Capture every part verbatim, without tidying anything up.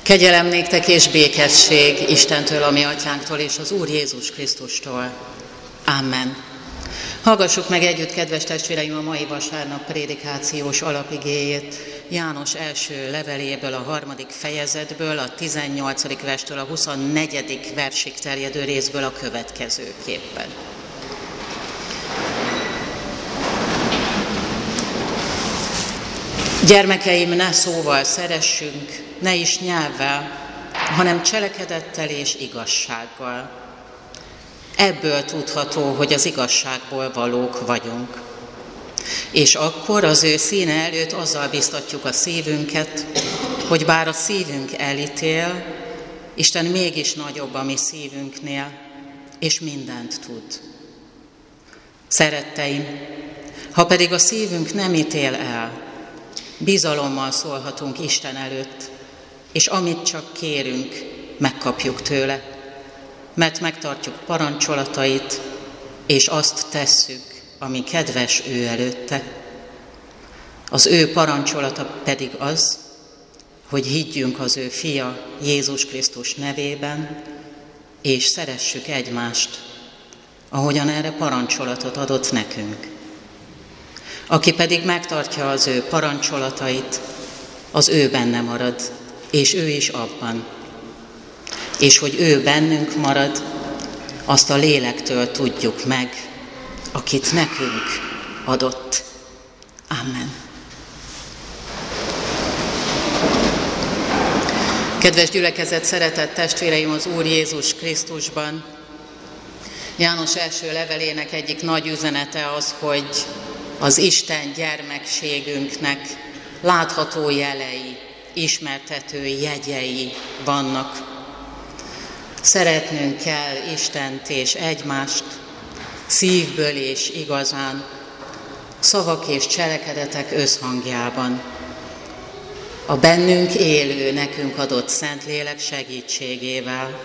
Kegyelem néktek és békesség Istentől, a mi atyánktól és az Úr Jézus Krisztustól. Amen. Hallgassuk meg együtt, kedves testvéreim, a mai vasárnap prédikációs alapigéjét János első leveléből, a harmadik fejezetből, a tizennyolcadik verstől a huszonnegyedik versig terjedő részből a következőképpen. Gyermekeim, ne szóval szeressünk, ne is nyelvvel, hanem cselekedettel és igazsággal. Ebből tudható, hogy az igazságból valók vagyunk. És akkor az ő színe előtt azzal biztatjuk a szívünket, hogy bár a szívünk elítél, Isten mégis nagyobb a mi szívünknél, és mindent tud. Szeretteim, ha pedig a szívünk nem ítél el, bizalommal szólhatunk Isten előtt, és amit csak kérünk, megkapjuk tőle, mert megtartjuk parancsolatait, és azt tesszük, ami kedves ő előtte. Az ő parancsolata pedig az, hogy higgyünk az ő fia Jézus Krisztus nevében, és szeressük egymást, ahogyan erre parancsolatot adott nekünk. Aki pedig megtartja az ő parancsolatait, az ő benne marad, és ő is abban. És hogy ő bennünk marad, azt a lélektől tudjuk meg, akit nekünk adott. Amen. Kedves gyülekezet, szeretett testvéreim az Úr Jézus Krisztusban, János első levelének egyik nagy üzenete az, hogy az Isten gyermekségünknek látható jelei, ismertető jegyei vannak. Szeretnünk kell Istent és egymást szívből és igazán, szavak és cselekedetek összhangjában. A bennünk élő, nekünk adott Szentlélek segítségével.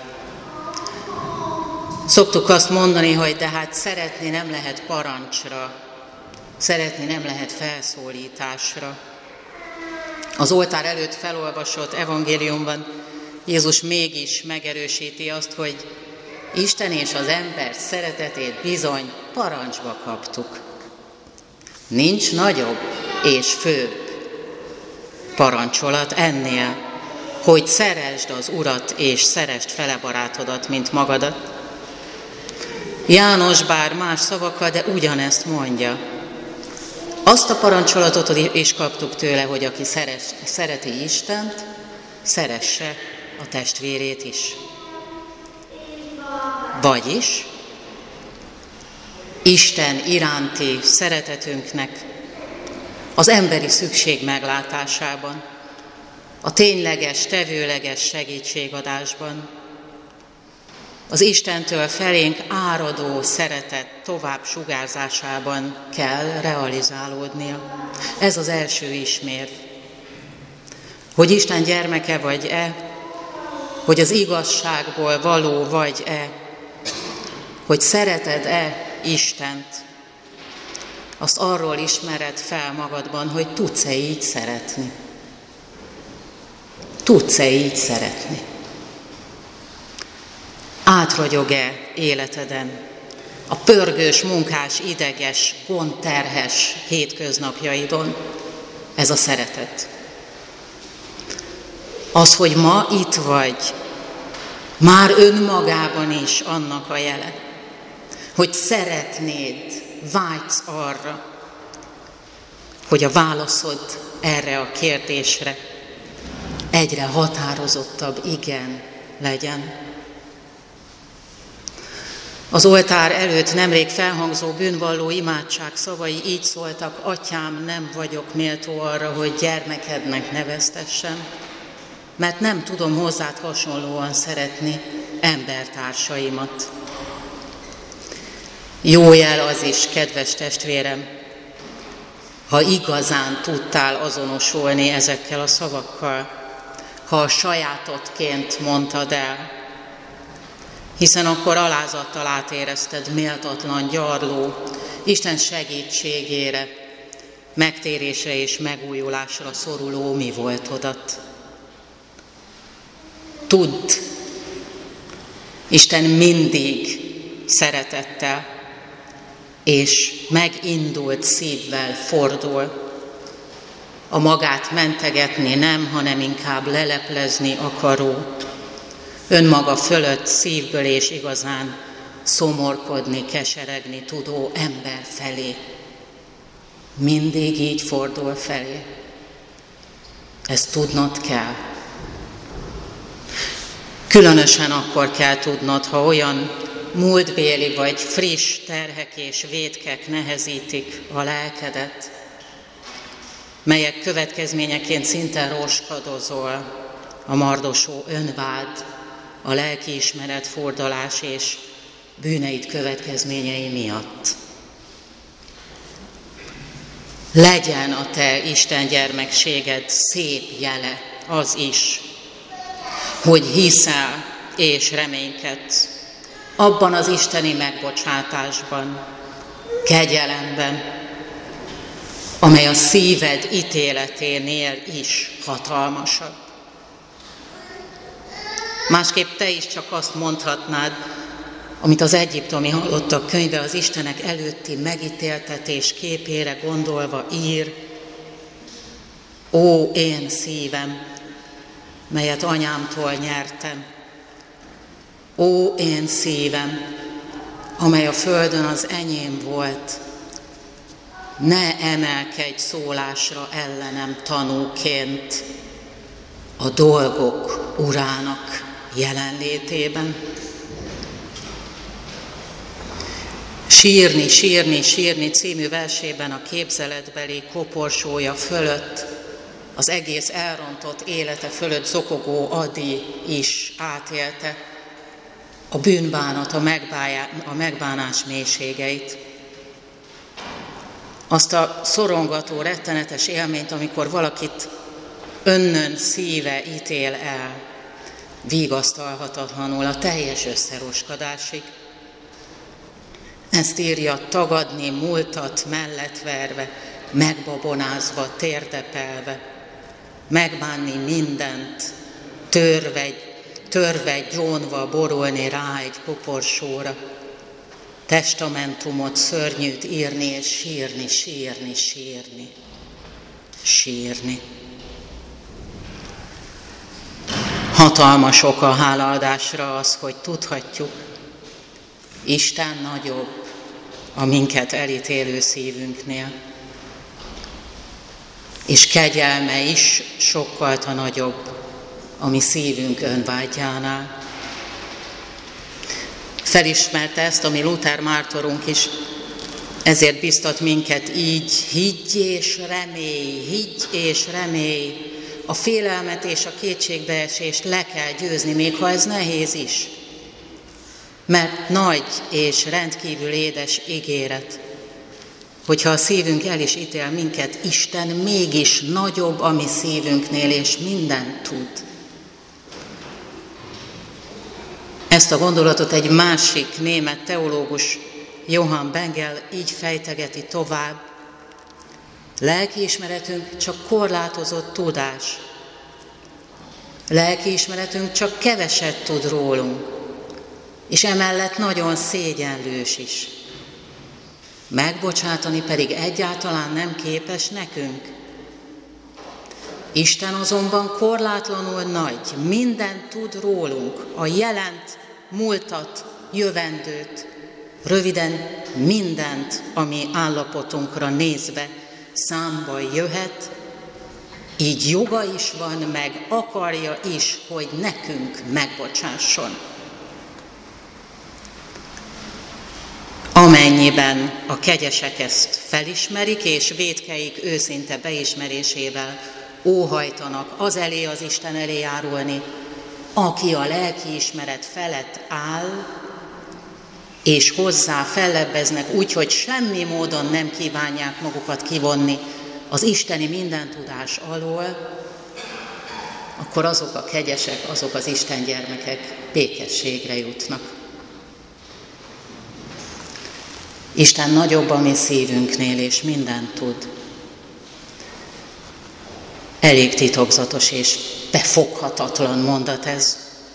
Szoktuk azt mondani, hogy de hát szeretni nem lehet parancsra, szeretni nem lehet felszólításra. Az oltár előtt felolvasott evangéliumban Jézus mégis megerősíti azt, hogy Isten és az ember szeretetét bizony parancsba kaptuk. Nincs nagyobb és főbb parancsolat ennél, hogy szeresd az Urat és szeresd fele barátodat, mint magadat. János bár más szavakkal, de ugyanezt mondja. Azt a parancsolatot is kaptuk tőle, hogy aki szeres, szereti Istent, szeresse a testvérét is. Vagyis Isten iránti szeretetünknek az emberi szükség meglátásában, a tényleges, tevőleges segítségadásban, az Istentől felénk áradó szeretet tovább sugárzásában kell realizálódnia. Ez az első ismérv. Hogy Isten gyermeke vagy-e, hogy az igazságból való vagy-e, hogy szereted-e Istent, azt arról ismered fel magadban, hogy tudsz-e így szeretni. Tudsz-e így szeretni. Átragyog-e életeden a pörgős, munkás, ideges, gondterhes hétköznapjaidon ez a szeretet? Az, hogy ma itt vagy, már önmagában is annak a jele, hogy szeretnéd, vágysz arra, hogy a válaszod erre a kérdésre egyre határozottabb igen legyen. Az oltár előtt nemrég felhangzó bűnvalló imádság szavai így szóltak: Atyám, nem vagyok méltó arra, hogy gyermekednek neveztessem, mert nem tudom hozzád hasonlóan szeretni embertársaimat. Jó jel az is, kedves testvérem, ha igazán tudtál azonosulni ezekkel a szavakkal, ha a sajátodként mondtad el, hiszen akkor alázattal átérezted méltatlan, gyarló, Isten segítségére, megtérésre és megújulásra szoruló mi voltodat. tudd, Isten mindig szeretettel és megindult szívvel fordul. A magát mentegetni nem, hanem inkább leleplezni akaró, önmaga fölött szívből és igazán szomorkodni, keseregni tudó ember felé. Mindig így fordul felé. Ezt tudnod kell. Különösen akkor kell tudnod, ha olyan múltbéli vagy friss terhek és vétkek nehezítik a lelkedet, melyek következményeként szinte roskadozol, a mardosó önvád, a lelkiismeret fordulás és bűneid következményei miatt. Legyen a te Isten gyermekséged szép jele az is, hogy hiszel és reménykedsz abban az isteni megbocsátásban, kegyelemben, amely a szíved ítéleténél is hatalmasabb. Másképp te is csak azt mondhatnád, amit az egyiptomi halottak könyve az Istenek előtti megítéltetés képére gondolva ír: ó, én szívem, melyet anyámtól nyertem, ó, én szívem, amely a földön az enyém volt, ne emelkedj szólásra ellenem tanúként a dolgok urának jelenlétében. Sírni, sírni, sírni című versében a képzeletbeli koporsója fölött, az egész elrontott élete fölött zokogó Adi is átélte a bűnbánat, a, megbájá, a megbánás mélységeit. Azt a szorongató, rettenetes élményt, amikor valakit önnön szíve ítél el, vigasztalhatatlanul a teljes összeroskadásig. Ezt írja: tagadni múltat mellettverve, megbabonázva, térdepelve, megbánni mindent, törve, törve gyónva borulni rá egy koporsóra, testamentumot, szörnyűt írni és sírni, sírni, sírni, sírni. Hatalmas ok a hálaadásra az, hogy tudhatjuk, Isten nagyobb a minket elítélő szívünknél, és kegyelme is sokkal nagyobb a mi szívünk önvágyánál. Felismerte ezt a mi Luther Mártorunk is, ezért biztat minket így: higgy és remélj, higgy és remélj, a félelmet és a kétségbeesést le kell győzni, még ha ez nehéz is. Mert nagy és rendkívül édes ígéret, hogyha a szívünk el is ítél minket, Isten mégis nagyobb a mi szívünknél, és mindent tud. Ezt a gondolatot egy másik német teológus, Johann Bengel így fejtegeti tovább: lelkiismeretünk csak korlátozott tudás. Lelkiismeretünk csak keveset tud rólunk, és emellett nagyon szégyenlős is. Megbocsátani pedig egyáltalán nem képes nekünk. Isten azonban korlátlanul nagy, mindent tud rólunk, a jelent, múltat, jövendőt, röviden mindent, ami állapotunkra nézve számba jöhet, így joga is van, meg akarja is, hogy nekünk megbocsásson. Amennyiben a kegyesek ezt felismerik, és vétkeik őszinte beismerésével óhajtanak az elé, az Isten elé járulni, aki a lelkiismeret felett áll, és hozzá fellebbeznek úgy, hogy semmi módon nem kívánják magukat kivonni az isteni mindentudás alól, akkor azok a kegyesek, azok az Isten gyermekek békességre jutnak. Isten nagyobb a mi szívünknél, és mindent tud. Elég titokzatos és befoghatatlan mondat ez,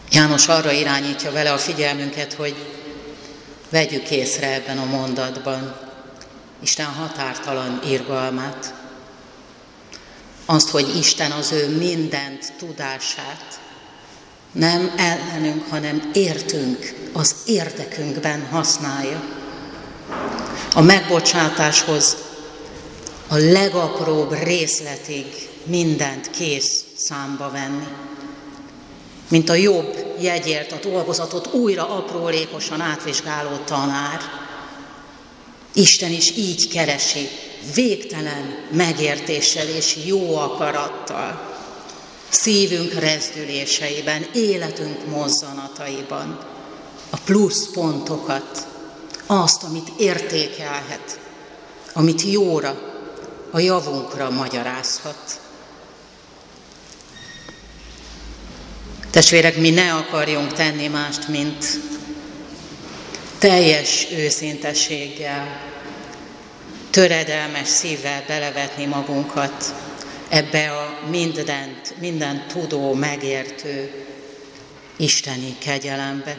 János arra irányítja vele a figyelmünket, hogy vegyük észre ebben a mondatban Isten határtalan irgalmát. Azt, hogy Isten az ő mindent tudását nem ellenünk, hanem értünk, az érdekünkben használja. A megbocsátáshoz a legapróbb részletig mindent kész számba venni. Mint a jobb jegyért a dolgozatot újra aprólékosan átvizsgáló tanár. Isten is így keresi, végtelen megértéssel és jó akarattal, szívünk rezdüléseiben, életünk mozzanataiban a plusz pontokat, azt, amit értékelhet, amit jóra, a javunkra magyarázhat. Testvérek, mi ne akarjunk tenni mást, mint teljes őszintességgel, töredelmes szívvel belevetni magunkat ebbe a mindent, mindent tudó, megértő isteni kegyelembe.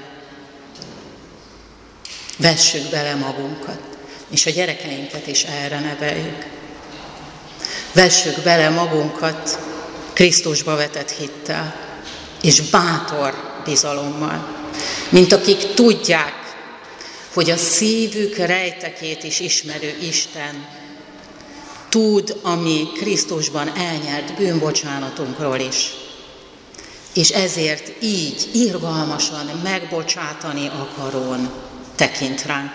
Vessük bele magunkat, és a gyerekeinket is erre neveljük. Vessük bele magunkat Krisztusba vetett hittel, és bátor bizalommal, mint akik tudják, hogy a szívük rejtekét is ismerő Isten tud a mi Krisztusban elnyert bűnbocsánatunkról is. És ezért így irgalmasan megbocsátani akarón tekint ránk.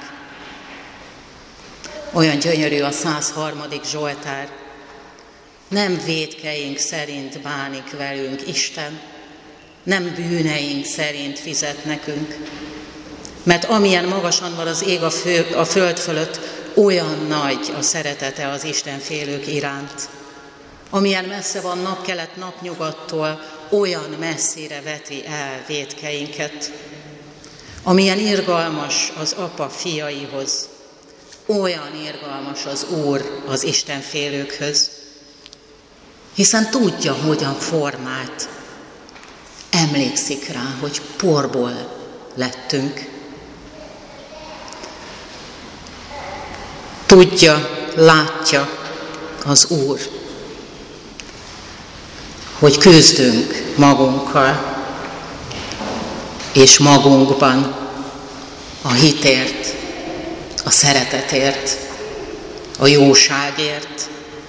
Olyan gyönyörű a száz harmadik Zsoltár. Nem vétkeink szerint bánik velünk Isten, nem bűneink szerint fizet nekünk, mert amilyen magasan van az ég a, fő, a föld fölött, olyan nagy a szeretete az Istenfélők iránt. Amilyen messze van napkelet napnyugattól, olyan messzire veti el vétkeinket. Amilyen irgalmas az apa fiaihoz, olyan irgalmas az Úr az Istenfélőkhöz, hiszen tudja, hogyan formált. Emlékszik rá, hogy porból lettünk. Tudja, látja az Úr, hogy küzdünk magunkkal és magunkban a hitért, a szeretetért, a jóságért.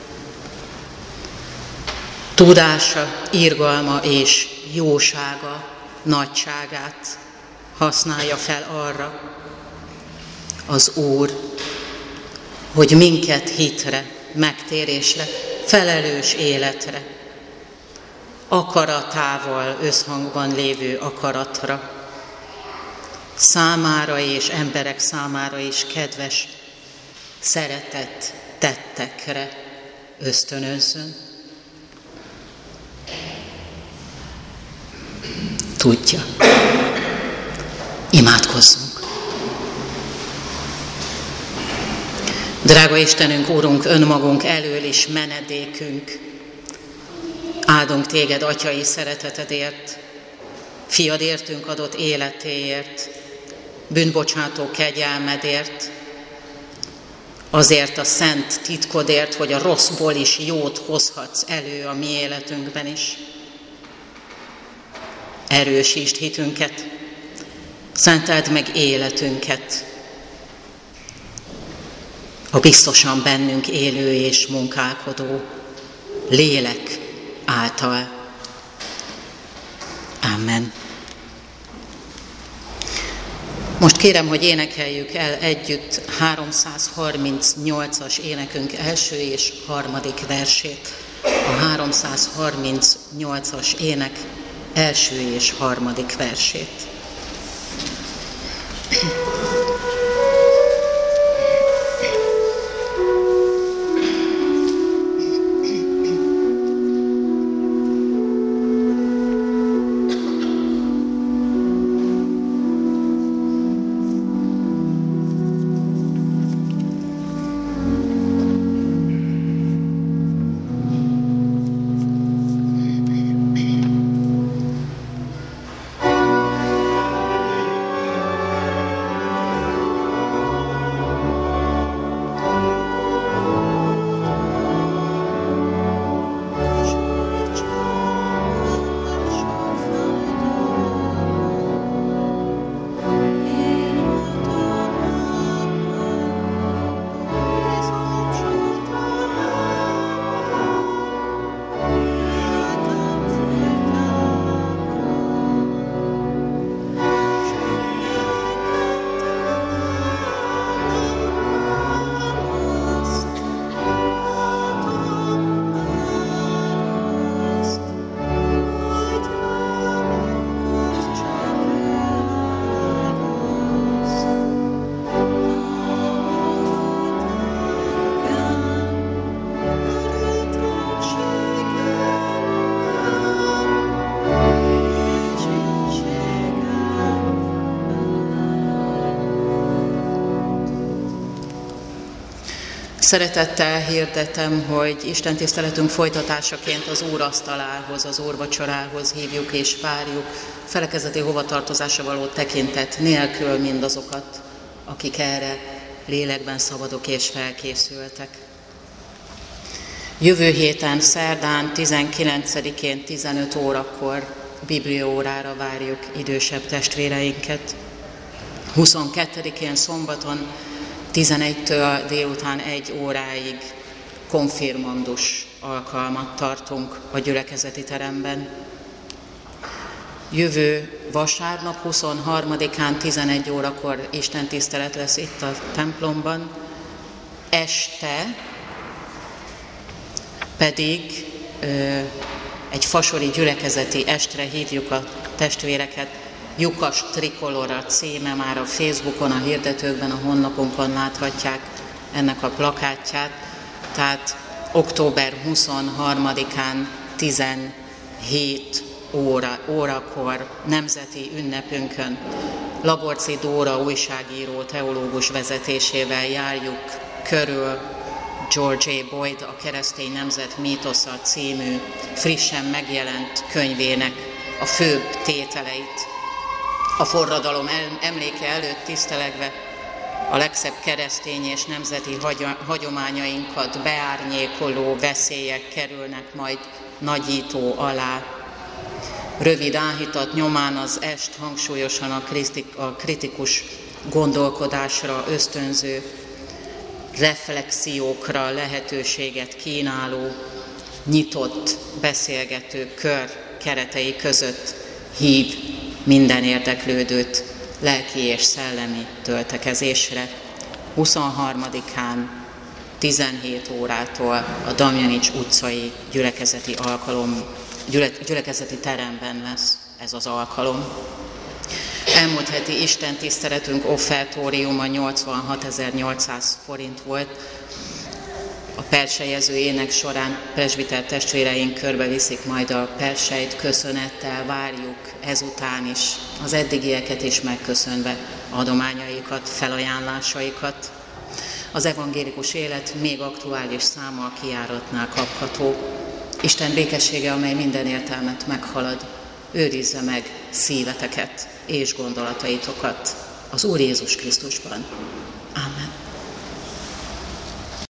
Tudása, irgalma és jósága, nagyságát használja fel arra az Úr, hogy minket hitre, megtérésre, felelős életre, akaratával összhangban lévő akaratra, számára és emberek számára is kedves, szeretett tettekre ösztönözzön. Tudja. Imádkozzunk. Drága Istenünk, Úrunk, önmagunk elől is menedékünk. Áldunk téged atyai szeretetedért, fiad értünk adott életéért, bűnbocsátó kegyelmedért, azért a szent titkodért, hogy a rosszból is jót hozhatsz elő a mi életünkben is. Erősítsd hitünket, szenteld meg életünket, a biztosan bennünk élő és munkálkodó lélek által. Amen. Most kérem, hogy énekeljük el együtt háromszázharmincnyolcas énekünk első és harmadik versét. A háromszázharmincnyolcas ének első és harmadik versét. Thank you. Szeretettel hirdetem, hogy Isten tiszteletünk folytatásaként az Úr asztalához, az úrvacsorához hívjuk és várjuk felekezeti hovatartozásra való tekintet nélkül mindazokat, akik erre lélekben szabadok és felkészültek. Jövő héten, szerdán, tizenkilencedikén tizenöt órakor bibliaórára várjuk idősebb testvéreinket. huszonkettedikén szombaton tizenegytől délután egy óráig konfirmandus alkalmat tartunk a gyülekezeti teremben. Jövő vasárnap, huszonharmadikán tizenegy órakor istentisztelet lesz itt a templomban. Este pedig ö, egy fasori gyülekezeti estre hívjuk a testvéreket. Lyukas Trikolora címe, már a Facebookon, a hirdetőkben, a honlapunkon láthatják ennek a plakátját. Tehát október huszonharmadikán tizenhét óra, órakor nemzeti ünnepünkön Laborci Dóra újságíró teológus vezetésével járjuk körül George A. Boyd a Keresztény Nemzet mítosza című frissen megjelent könyvének a főbb tételeit. A forradalom emléke előtt tisztelegve a legszebb keresztény és nemzeti hagyományainkat beárnyékoló veszélyek kerülnek majd nagyító alá. Rövid áhítat nyomán az est hangsúlyosan a, kritik, a kritikus gondolkodásra ösztönző, reflexiókra lehetőséget kínáló, nyitott beszélgető kör keretei között hív minden érdeklődőt lelki és szellemi töltekezésre. huszonharmadikán tizenhét órától a Damjanics utcai gyülekezeti alkalom, gyüle, gyülekezeti teremben lesz ez az alkalom. Elmúlt heti istentiszteletünk offertóriuma nyolcvanhatezer-nyolcszáz forint volt. A persejező ének során presbiter testvéreink körbeviszik majd a persejt, köszönettel várjuk ezután is az eddigieket is megköszönve adományaikat, felajánlásaikat. Az evangélikus élet még aktuális száma a kijáratnál kapható. Isten békessége, amely minden értelmet meghalad, őrizze meg szíveteket és gondolataitokat az Úr Jézus Krisztusban. Amen.